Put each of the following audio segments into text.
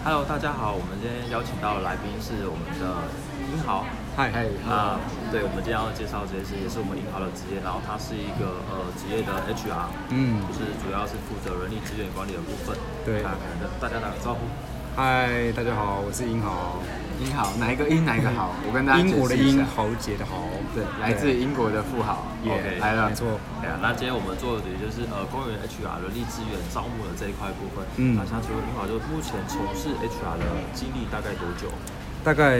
Hello， 大家好，我们今天邀请到的来宾是我们的英豪。 嗨， 对，我们今天要介绍这件事也是我们英豪的职业，然后他是一个职业的 HR， 就是主要是负责人力资源管理的部分。 对， 可能跟大家打个招呼。 嗨，大家好，我是英豪。 英豪，哪一个英哪一个豪？我跟大家英国的英，豪杰的豪。 对，来自英国的富豪。 OK， 来了， 没错。 对啊，那今天我们做的就是公务员 HR 人力资源招募的这一块部分。那想请问英豪，就目前从事 HR 的经历大概多久？ 大概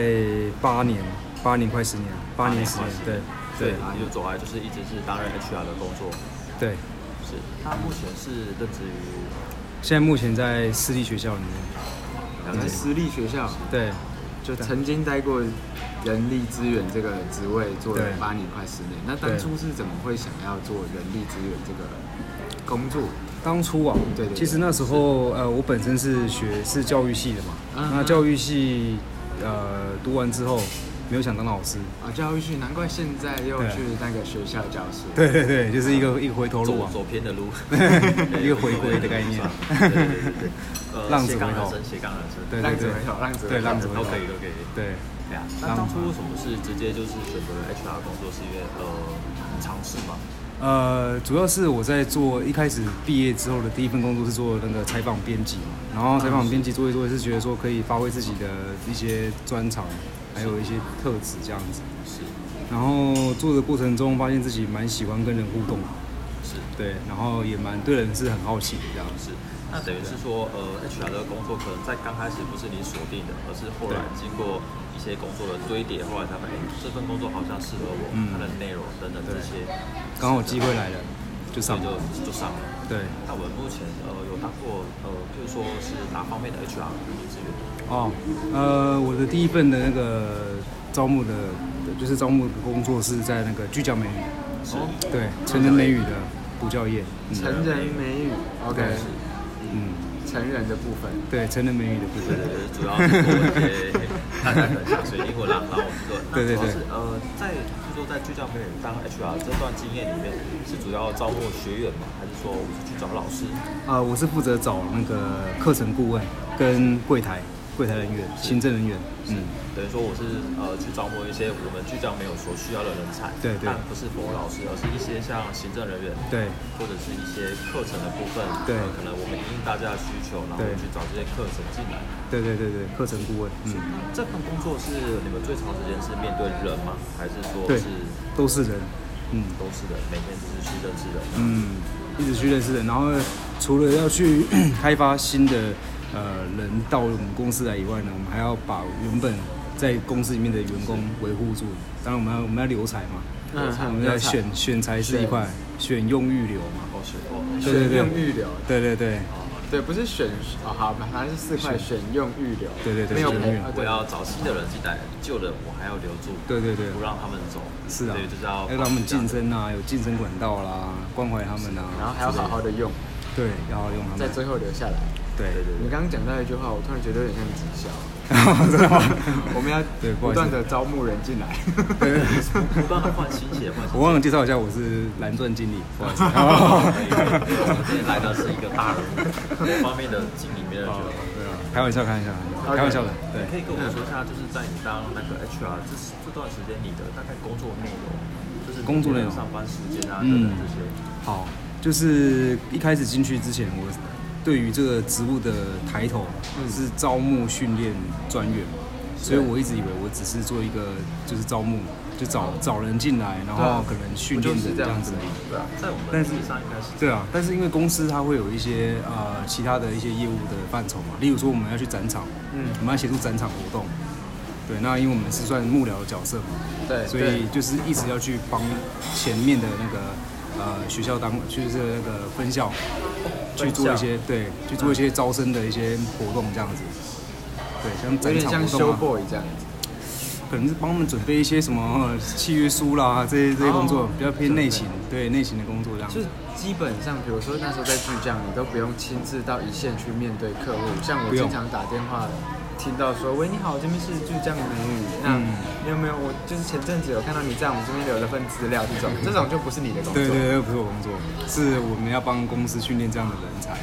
8年快10年，8年10年， 对，一路走来就是一直是担任 HR 的工作。 对， 是。他目前是任职于， 现在目前在私立学校里面。 私立学校。 对。 就曾经待过人力资源这个职位，做了8年快10年。那当初是怎么会想要做人力资源这个工作？ 当初啊，对，其实那时候我本身是教育系的嘛，那教育系读完之后没有想当老师啊，教育系难怪现在又去那个学校教书。 对，就是一个回头路啊， 走偏的路， 一个回归的概念。 对。 浪子回头， 斜杠人生， 对， 浪子回头， 浪子回头都可以。 对啊。那当初为什么是直接就是选择 HR 工作？是因为尝试嘛？ 主要是我在做一开始毕业之后的第一份工作是做那个采访编辑嘛，然后采访编辑做一做是觉得说可以发挥自己的一些专长，还有一些特质这样子。 是。然后做的过程中发现自己蛮喜欢跟人互动， 是对，然后也蛮对人是很好奇的这样子。 那等于是说，HR 的工作可能在刚开始不是你锁定的，而是后来经过一些工作的堆叠，后来才发现，这份工作好像适合我，它的内容等等这些， 刚好机会来了，就上了， 就上了。对。那我们目前有当过譬如说是哪方面的 HR 人力资源？ 我的第一份的那个招募的工作是在那个巨匠美语，对，成人美语的补教业。 成人美语 ，OK。成人的部分， 对，成人美语的部分， 主要是做一些大家可能像水晶或狼猫，对。在就说在巨匠美语当 HR 这段经验里面，是主要招募学员吗？还是说我是去找老师？ 我是负责找那个课程顾问跟柜台人员、行政人员。 等于说我是去招募一些我们巨匠没有所需要的人才，对，但不是否老师，而是一些像行政人员，对，或者是一些课程的部分，对，可能我们因应大家的需求，然后去找这些课程进来，对， 课程顾问。 这份工作是你们最长时间是面对人吗？还是说是都是人？ 都是人，每天只是去认识人， 一直去认识人，然后除了要去开发新的人到我们公司来以外呢，我们还要把原本在公司里面的员工维护住。当然我们要留才嘛，我们要选才是一块，选用预留嘛。 选用预留。对，不是选好，反正是4块，选用预留。 对， 没有我要找新的人进来，旧的我还要留住。对，不让他们走。是啊，对，就是要让他们晋升啊，有晋升管道啦，关怀他们啊， 然后还要好好的用。 对，要好好用他们， 在最后留下来。对，你刚刚讲到一句话，我突然觉得有点像直销。 真的吗？ 我们要不断的招募人进来， 不断的换新血。 我忘了介绍一下，我是蓝钻经理，不好意思。 我们今天来的是一个大人物方面的经理面的角色。 开玩笑的。对， 可以跟我们说一下，就是在你当那个 HR 这段时间，你的大概工作内容，就是工作内容、上班时间啊等等这些。 好，就是一开始进去之前，我对于这个职务的抬头是招募训练专员嘛，所以我一直以为我只是做一个就是招募，就找人进来，然后可能训练的这样子而已。 对啊，在我们实际上应该是对啊，但是因为公司它会有一些其他的一些业务的范畴嘛，例如说我们要去展场，我们要协助展场活动。对，那因为我们是算幕僚的角色嘛，对，所以就是一直要去帮前面的那个学校就是那个分校。去做一些招生的一些活动这样子，对，像展场活动有点像 show boy 这样子， 可能是帮他们准备一些什么契约书啦，这些工作比较偏内勤，对内勤的工作这样子。 就是基本上，比如说那时候在巨匠，你都不用亲自到一线去面对客户，像我经常打电话听到说，喂，你好，这边是巨匠美语，那你有没有？我就是前阵子有看到你在我们这边留了份资料，这种就不是你的工作。 对，不是我工作，是我们要帮公司训练这样的人才。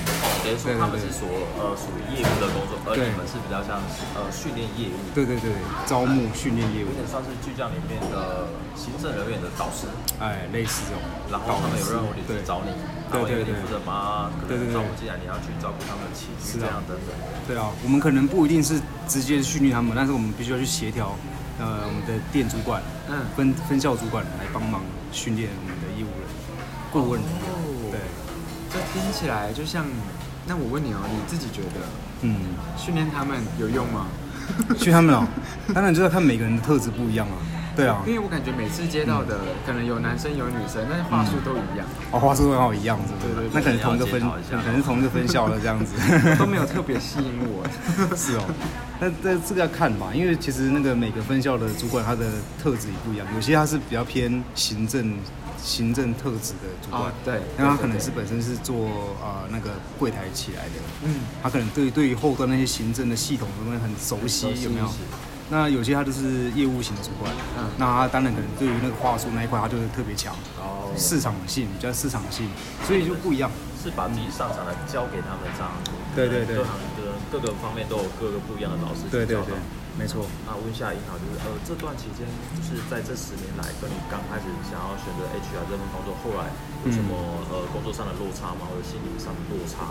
等于说他们是属于业务的工作，而你们是比较像训练业务。 对，招募训练业务， 有点算是巨匠里面的行政人员的导师。 类似这种。 然后他们有任务你找你，然后你负责把可能招募进来，你要去照顾他们的情绪，这样等等。 对啊，我们可能不一定是直接训练他们，但是我们必须要去协调。我们的店主管、分校主管来帮忙训练我们的业务人、顾问人员。对， 这听起来就像……那我问你哦，你自己觉得，训练他们有用吗？ 训练他们哦，当然就要看每个人的特质不一样啊。对啊， 因为我感觉每次接到的可能有男生有女生，但是话术都一样。 话术都好一样，是不是？对，那可能同一个分，可能是同一个分校的这样子， 都没有特别吸引我。 是哦，那这个要看吧，因为其实那个每个分校的主管他的特质也不一样，有些他是比较偏行政特质的主管， 对， 那他可能是本身是做那个柜台起来的，他可能对于后端那些行政的系统都会很熟悉，有没有？那有些他就是业务型的主管，那他当然可能对于那个话术那一块他就是特别强，市场性比较市场性，所以就不一样， 是把自己擅长的交给他们这样子。 对， 各个方面都有各个不一样的老师。 对，没错。 那问一下银行，就是这段期间，就是在这10年来，跟你刚开始想要选择 HR 这份工作，后来有什么工作上的落差吗？或者心理上的落差？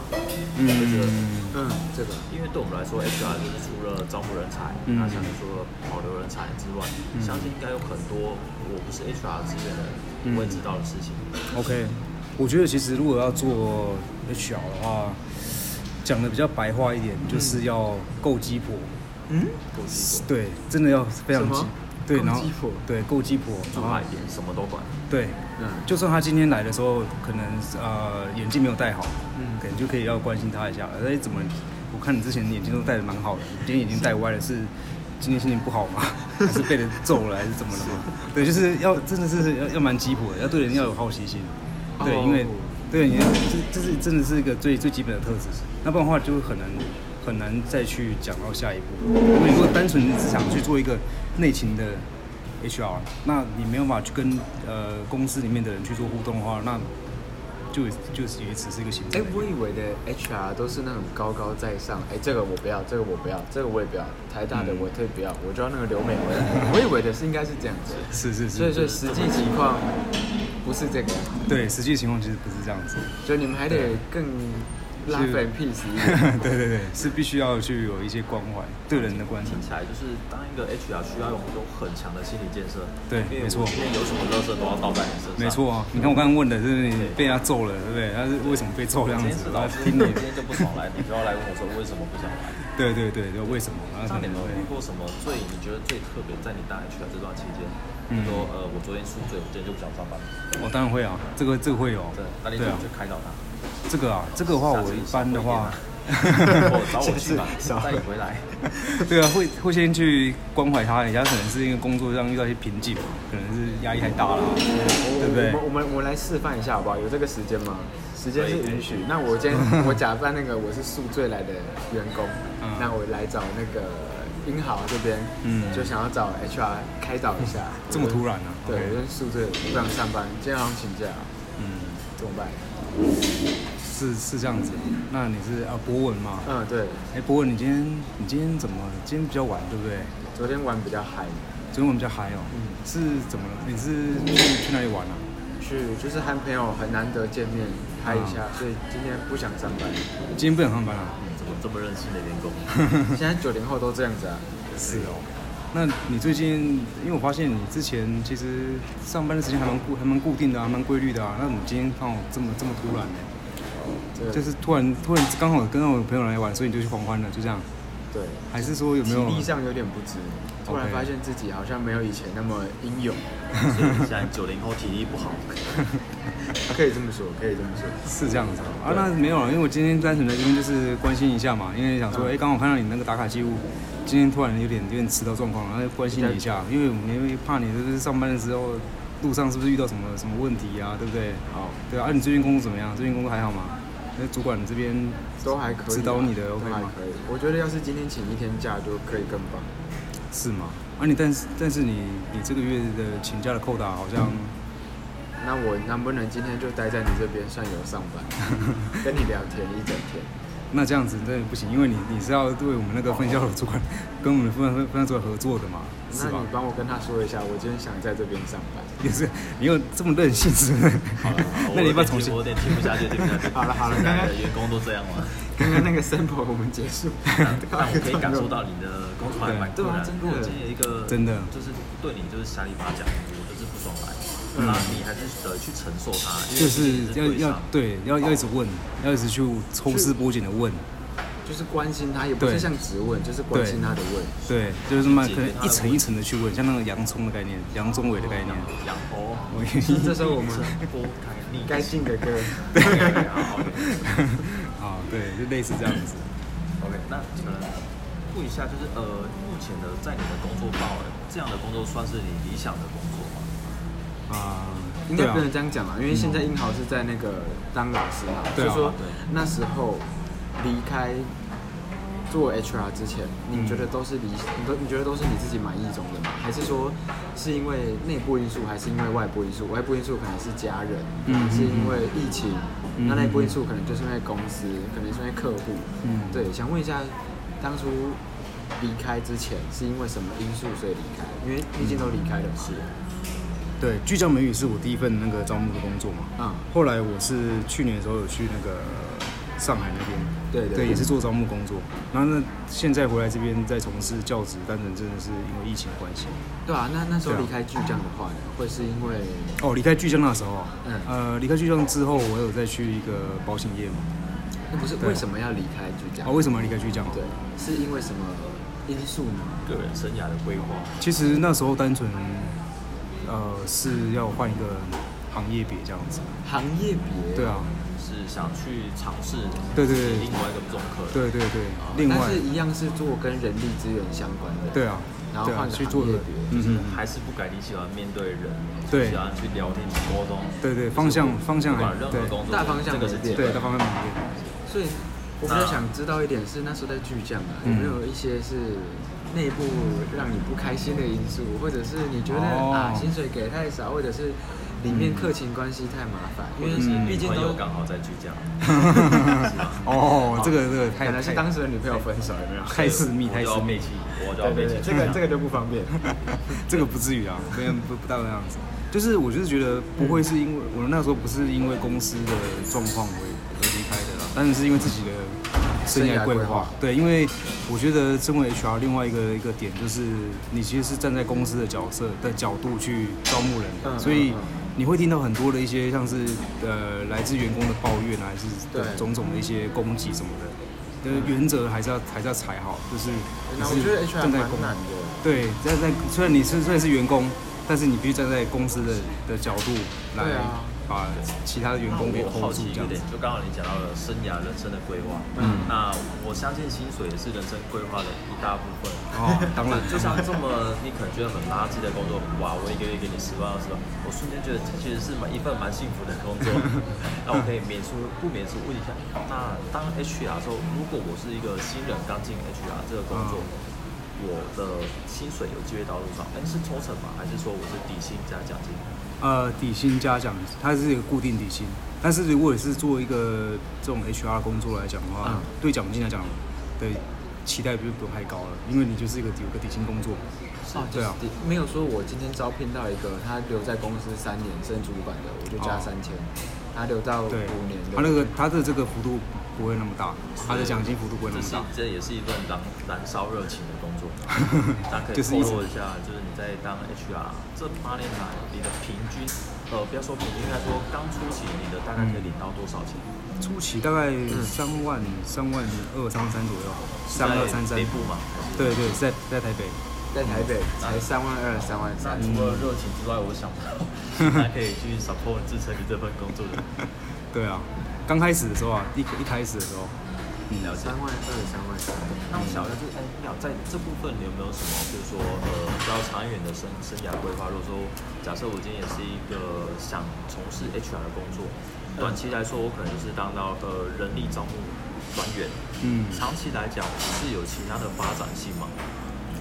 这个， 因为对我们来说 ，HR 就是除了招募人才，那像你说保留人才之外，相信应该有很多我不是 HR 资源的人不会知道的事情。 OK， 我觉得其实如果要做 HR 的话，讲的比较白话一点，就是要够鸡婆。 够鸡婆。 对，真的要非常鸡。对，然后对够鸡婆， 做大一点，什么都管。 对，就算他今天来的时候，可能眼镜没有戴好，可能就可以要关心他一下。怎么？我看你之前眼镜都戴得蛮好的，今天眼镜戴歪了，是今天心情不好吗？还是被人揍了，还是怎么了吗？对，就是要真的是要蛮鸡婆的，要对人要有好奇心。对，因为对你这是真的是一个最基本的特质，那不然的话就很难再去讲到下一步。因为如果单纯只想去做一个内勤的 HR， 那你没有办法去跟公司里面的人去做互动的话，那就也只是一个行政。 我以为的 HR 都是那种高高在上，这个我不要，这个我不要，这个我也不要，台大的我特别不要，我就要那个留美回来。我以为的是应该是这样子。 是。 所以实际情况不是这个。 对，实际情况其实不是这样子。 所以你们还得更love and peace 一点。 对，是必须要去有一些关怀，对人的关怀。 听起来就是当一个 HR 需要有很强的心理建设。 对，没错。 今天有什么垃圾都要倒在你身上。 没错啊，你看我刚刚问的是你被他揍了，对不对？他是为什么被揍这样子？ 然后听你今天就不爽来，你就要来问我说为什么不想来？ 对，就为什么？ 那你们遇过什么你觉得最特别，在你当 HR 这段期间？就说我昨天宿醉，我今天就不想上班。我当然会啊，这个会有。 对，那你怎么去开导他？ 这个的话，我一般的话， 找我去嘛，带你回来。 对啊，会先去关怀他，人家可能是因为工作上遇到一些瓶颈，可能是压力太大了，对不对？ 我们来示范一下好不好？有这个时间吗？时间是允许。那我假扮那个我是宿醉来的员工，那我来找那个英豪这边，就想要找 HR 开导一下。 这么突然啊？ 对，我跟宿醉不想上班，今天好像请假，怎么办？ 是这样子。那你是博文吗？ 对。 博文，你今天怎么？今天比较晚，对不对？ 昨天玩比较嗨。 昨天玩比较嗨哦。是怎么了？你是去哪里玩啊？ 就是和朋友很难得见面，嗨一下，所以今天不想上班。 今天不想上班啊？ 怎么这么任性的员工？ 现在90后都这样子啊。 是哦。那你最近，因为我发现你之前其实上班的时间还蛮固定的啊，蛮规律的啊。那你今天刚好这么突然呢？就是突然刚好跟我朋友来玩，所以你就去狂欢了，就这样。 对。还是说有没有体力上有点不支？突然发现自己好像没有以前那么英勇。 所以你现在90后体力不好。 可以这么说。 是这样子啊？那没有了，因为我今天单纯的这边就是关心一下嘛，因为想说，刚好看到你那个打卡记录。今天突然有点迟到状况，然后关心你一下，因为我们怕你就是上班的时候路上是不是遇到什么问题啊，对不对？对啊。你最近工作怎么样？最近工作还好吗？那主管这边都还可以， 指导你的 OK 吗？ 可以。我觉得要是今天请1天假就可以更棒。 是吗？但是你这个月的请假的扣打好像。 那我能不能今天就待在你这边算有上班，跟你聊天一整天？ 那这样子真的不行，因为你是要对我们那个分销的主管跟我们分销主管合作的嘛， 是吧？那你帮我跟他说一下，我今天想在这边上班。 也是，你有这么任性是不是？ 好了，那你要不要重新？我有点听不下去， 好了，刚刚的员工都这样吗？ 刚刚那个 sample 我们结束， 但我可以感受到你的工作还蛮困难。如果今天有一个真的就是对你就是瞎里八讲，我就是不爽来。那你还是得去承受它， 就是要一直问，要一直去抽丝剥茧的问， 就是关心他，也不是像质问，就是关心他的问。 对，就是慢可能一层一层的去问，像那个洋葱的概念，洋葱尾的概念。 洋葱。 这时候我们你该进的歌。 对。啊，对，就类似这样子。 OK， 那可能问一下，就是目前的在你的工作范围，这样的工作算是你理想的工作吗？ 应该不能这样讲嘛，因为现在英豪是在那个当老师嘛，所以说那时候离开做 HR 之前，你觉得都是你觉得都是你自己满意中的吗？还是说是因为内部因素，还是因为外部因素？外部因素可能是家人，是因为疫情，那内部因素可能就是因为公司，可能是因为客户。对，想问一下，当初离开之前是因为什么因素所以离开？因为毕竟都离开了，是。 对，巨匠美语是我第一份那个招募的工作嘛。后来我是去年的时候有去那个上海那边，对，也是做招募工作。然后呢，现在回来这边在从事教职，单纯真的是因为疫情的关系。 对啊，那时候离开巨匠的话呢，会是因为离开巨匠那时候，离开巨匠之后，我有再去一个保险业嘛。 那不是为什么要离开巨匠？ 为什么要离开巨匠？ 对，是因为什么因素呢？ 个人生涯的规划。 其实那时候单纯。是要换一个行业别这样子。 行业别？ 对啊， 是想去尝试。 对， 另外一个种科。 对，另外。 但是一样是做跟人力资源相关的。 对啊。 然后换去做行业别， 就是还是不改你喜欢面对人，喜欢去聊天沟通。 对，方向不管任何工作， 大方向这个是对，大方向没变。 所以我比较想知道一点是，那时候在巨匠啊，有没有一些是内部让你不开心的因素，或者是你觉得薪水给太少，或者是里面客情关系太麻烦，因为毕竟都刚好在巨匠。 这个可能是当时的女朋友分手，有没有？ 太私密，太私密， 我就要背弃。 这个就不方便， 这个不至于啊，不到那样子。就是我就是觉得不会是因为我那时候不是因为公司的状况而离开的啦，但是因为自己的生涯规划。对，因为我觉得身为 HR 另外一个点就是你其实是站在公司的角度去招募人的，所以你会听到很多的一些像是来自员工的抱怨啊，还是种种的一些攻击什么的。原则还是要踩好，就是我觉得 HR 蛮难的。 对，虽然是员工，但是你必须站在公司的角度来把其他的员工给 hold 住。这样子， 就刚好你讲到了生涯人生的规划，那我相信薪水也是人生规划的一大部分。 当然， 就像这么你可能觉得很垃圾的工作，哇，我一个月给你10万20万，我瞬间觉得这其实是一份蛮幸福的工作。那我可以不免俗问一下，那当 HR 的时候，如果我是一个新人刚进 HR 这个工作，我的薪水有机会到多少？是抽成吗？还是说我是底薪加奖金？ 底薪加奖，它是一个固定底薪。但是如果是做一个这种 HR 工作来讲的话，对奖金来讲的期待就不用太高了，因为你就是有个底薪工作。对啊， 没有说我今天招聘到一个他留在公司3年升主管的，我就加3000。他留到5年的， 他的这个幅度不会那么大，他的奖金幅度不会那么大。 这也是一份燃烧热情的工作。大家可以透露一下，就是你在当 HR 这8年来，你的平均，不要说平均，应该说刚初期你的大概可以领到多少钱？ 初期大概3万2、3万3左右，32、33。 北部嘛？ 对，在台北。 在台北才3万2、3万3。 除了热情之外，我想不到还可以去 support 支撑你这份工作的。 对啊，刚开始的时候啊，一开始的时候， 了解。 3万2、3万3。 那我想要就是，在这部分你有没有什么，比如说比较长远的生涯规划？如果说假设我今天也是一个想从事 HR 的工作，短期来说我可能就是当到人力招募专员。长期来讲是有其他的发展性吗？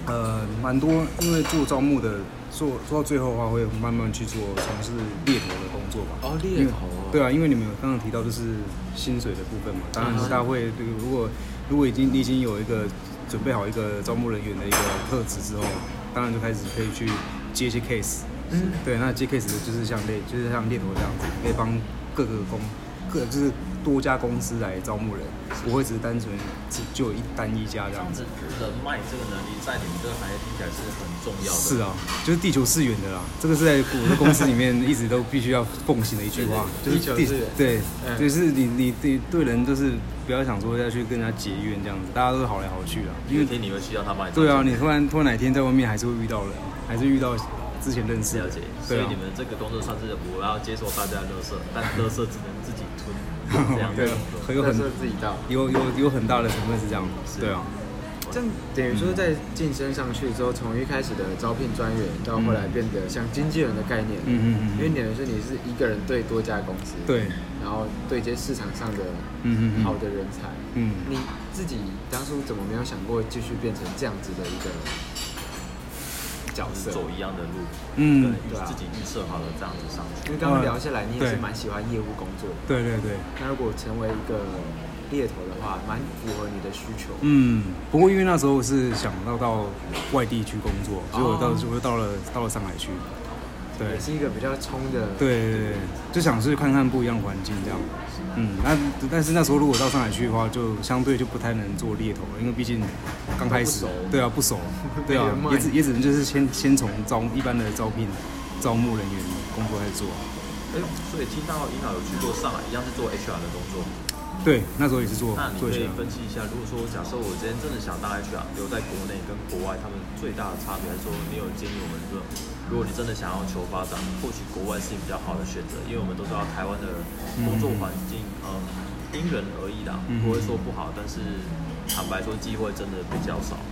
蛮多，因为做招募的做到最后的话，会慢慢去从事猎头的工作吧。 哦，猎头。 对啊，因为你们刚刚提到就是薪水的部分嘛，当然是大家会，如果你已经有一个准备好一个招募人员的一个特质之后，当然就开始可以去接一些 case。对，那接 case 的就是像猎头这样子，可以帮就是多家公司来招募人，不会只是单纯就有单一家这样子。 人脉这个能力在你们这个行业听起来是很重要的。 是啊，就是地球是圆的啦，这个是在我的公司里面一直都必须要奉行的一句话， 就是地球是圆。 对，就是你对人都是不要想说要去跟人家结怨这样子，大家都是好来好去啦。 因为你会需要他帮你。 对啊，你突然哪天在外面还是会遇到人，还是遇到之前认识的。 了解，所以你们这个工作算是我要接受大家的垃圾，但垃圾只能自己吞。这样对，有很大的成分是这样，对啊。 这样等于说在晋升上去之后，从一开始的招聘专员到后来变得像经纪人的概念，因为等于说你是一个人对多家公司， 对， 然后对接市场上的好的人才，你自己当初怎么没有想过继续变成这样子的一个角色， 走一样的路，对，自己预设好了这样子上去。 因为刚刚聊下来，你也是蛮喜欢业务工作的， 对。 那如果成为一个猎头的话，蛮符合你的需求。 不过因为那时候是想到外地去工作，所以我就到了上海去。对， 也是一个比较冲的。 对，就想去看看不一样的环境这样。但是那时候如果到上海去的话，就相对就不太能做猎头了，因为毕竟刚开始，对啊，不熟，对啊，也只能就是先从一般的招募人员工作开始做。 所以听到尹老有去过上海，一样是做 HR 的工作。 对，那时候也是做。 那你可以分析一下，如果说假设我今天真的想当 HR，留在国内跟国外，他们最大的差别，还是说你有建议我们说，如果你真的想要求发展，或许国外是一个比较好的选择，因为我们都知道台湾的工作环境，因人而异啦，不会说不好，但是坦白说，机会真的比较少。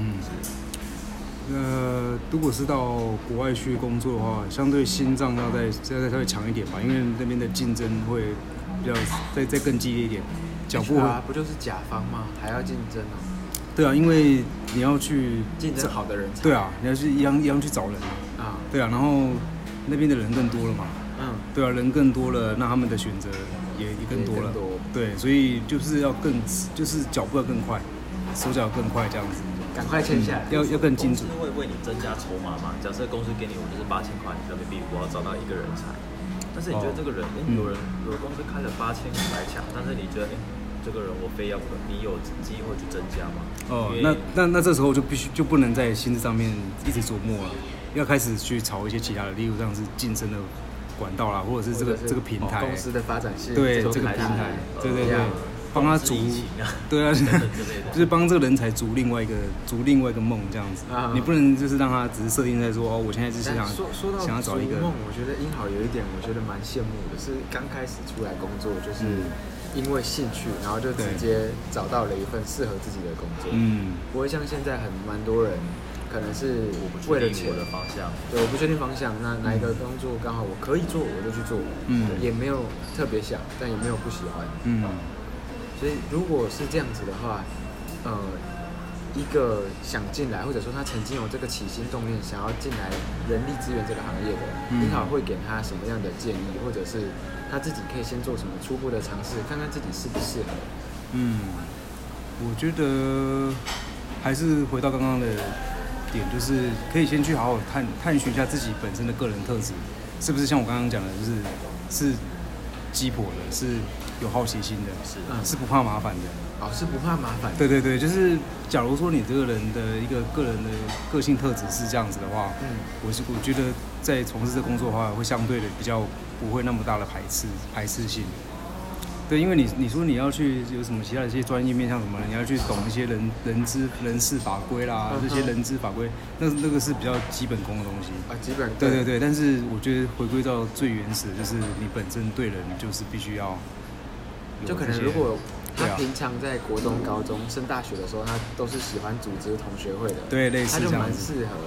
如果是到国外去工作的话，相对心脏要再稍微强一点吧，因为那边的竞争会比较再更激烈一点。脚步不就是甲方吗？还要竞争哦。 对啊，因为你要去竞争好的人才。 对啊，你要去一样去找人啊。对啊，然后那边的人更多了嘛。对啊，人更多了，那他们的选择也更多了。对，所以就是就是脚步要更快，手脚更快这样子。 赶快签下来， 要更精准。 会为你增加筹码嘛？假设公司给你我就是8000块人民币，我要找到一个人才。但是你觉得这个人，有的公司开了8500来抢，但是你觉得，这个人我非要不可，你有机会去增加吗？ 那这时候就不能在薪资上面一直琢磨了，要开始去炒一些其他的，例如像是晋升的管道啦，或者是这个平台公司的发展性， 对这个平台，对。帮他逐，对啊，就是帮这个人才逐另外一个梦这样子。你不能就是让他只是设定在说我现在是想要找一个梦。我觉得英豪有一点我觉得蛮羡慕的，是刚开始出来工作就是因为兴趣，然后就直接找到了一份适合自己的工作。不会像现在蛮多人可能是为了钱的方向， 对，我不确定方向，那哪一个工作刚好我可以做我就去做，也没有特别想，但也没有不喜欢。所以如果是这样子的话，一个想进来，或者说他曾经有这个起心动念想要进来人力资源这个行业的，你好会给他什么样的建议，或者是他自己可以先做什么初步的尝试，看看自己适不适合？ 我觉得还是回到刚刚的点，就是可以先去好好探寻一下自己本身的个人特质，是不是像我刚刚讲的，是鸡婆的，是有好奇心的，是不怕麻烦的。 是不怕麻烦。 对，就是假如说你这个人的一个个人的个性特质是这样子的话，我觉得在从事这工作的话，会相对的比较不会那么大的排斥性。对，因为你说你要去有什么其他的一些专业面向什么，你要去懂一些人事法规啦，这些人资法规，那个是比较基本功的东西啊，基本。 对，但是我觉得回归到最原始的，就是你本身对人就是必须要。 就可能如果他平常在国中、高中升大学的时候，他都是喜欢组织同学会的， 对，类似这样子， 他就蛮适合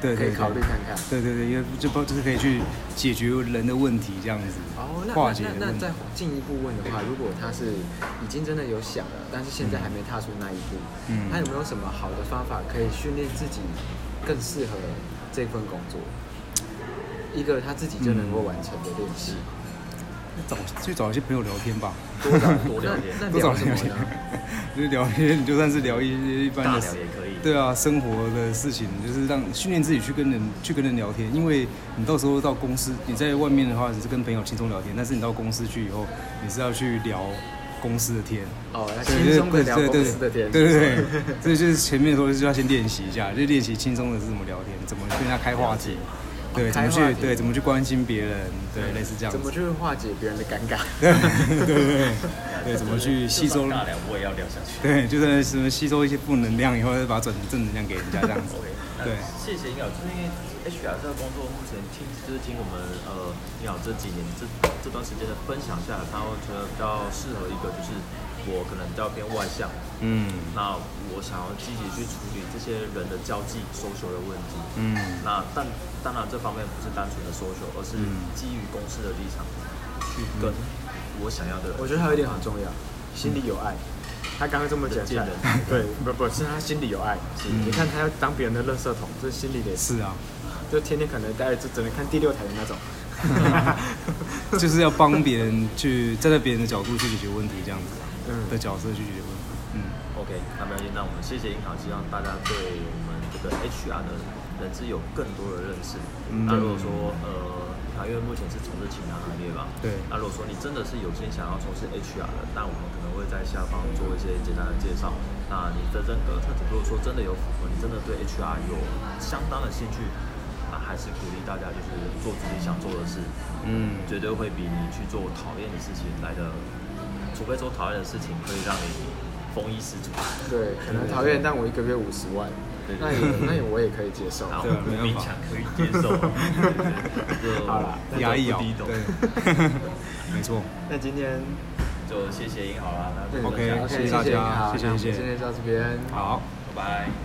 对， 可以考虑看看。 对，因为就是可以去解决人的问题这样子。化解的问题。 那再进一步问的话，如果他是已经真的有想了，但是现在还没踏出那一步，他有没有什么好的方法可以训练自己更适合这份工作？一个他自己就能够完成的练习。 去找一些朋友聊天吧， 多聊天。 那聊什么呢？ 就是聊天，你就算是聊一般的， 大聊也可以。 对啊，生活的事情，就是让训练自己去跟人聊天。因为你到时候到公司，你在外面的话只是跟朋友轻松聊天，但是你到公司去以后，你是要去聊公司的天。 轻松的聊公司的天。 对，这就是前面说就要先练习一下，就练习轻松的是怎么聊天，怎么跟人家开话题。对，怎么去关心别人，对，类似这样子。 怎么去化解别人的尴尬？ 对，怎么去吸收？ 大聊我也要聊下去。 对，就是什么吸收一些负能量以后，再把它转成正能量给人家这样子。对， 谢谢英瑶，就是因为 HR 这个工作目前听我们英瑶这几年这段时间的分享下来，他会觉得比较适合一个就是我可能比较偏外向，那我想要积极去处理这些人的交际 social 的问题，那当然这方面不是单纯的 social， 而是基于公司的立场去跟我想要的人。 我觉得还有一点很重要，心里有爱。他刚刚这么讲起来，对，不是他心里有爱。你看他要当别人的垃圾桶，这心里得是啊， 就天天可能待着只能看第6台的那种。 就是要帮别人去站在别人的角度去解决问题，这样子的角色去解决问题。 OK， 那没关系，那我们谢谢英豪，希望大家对我们这个 HR 的人资有更多的认识。那如果说因为目前是从事其他行业吧， 对。 那如果说你真的是有心想要从事 HR 的，那我们可能会在下方做一些简单的介绍。那你的人格特质，如果说真的有符合，你真的对 HR 有相当的兴趣，那还是鼓励大家就是做自己想做的事，绝对会比你去做讨厌的事情来的，除非说讨厌的事情可以让你丰衣足。 对，可能讨厌，但我1个月50万。那我也可以接受， 对，勉强可以接受。 好了， 压抑对，没错。 那今天就谢谢英豪啦。 OK，谢谢大家，谢谢， 今天到这边， 好， 拜拜。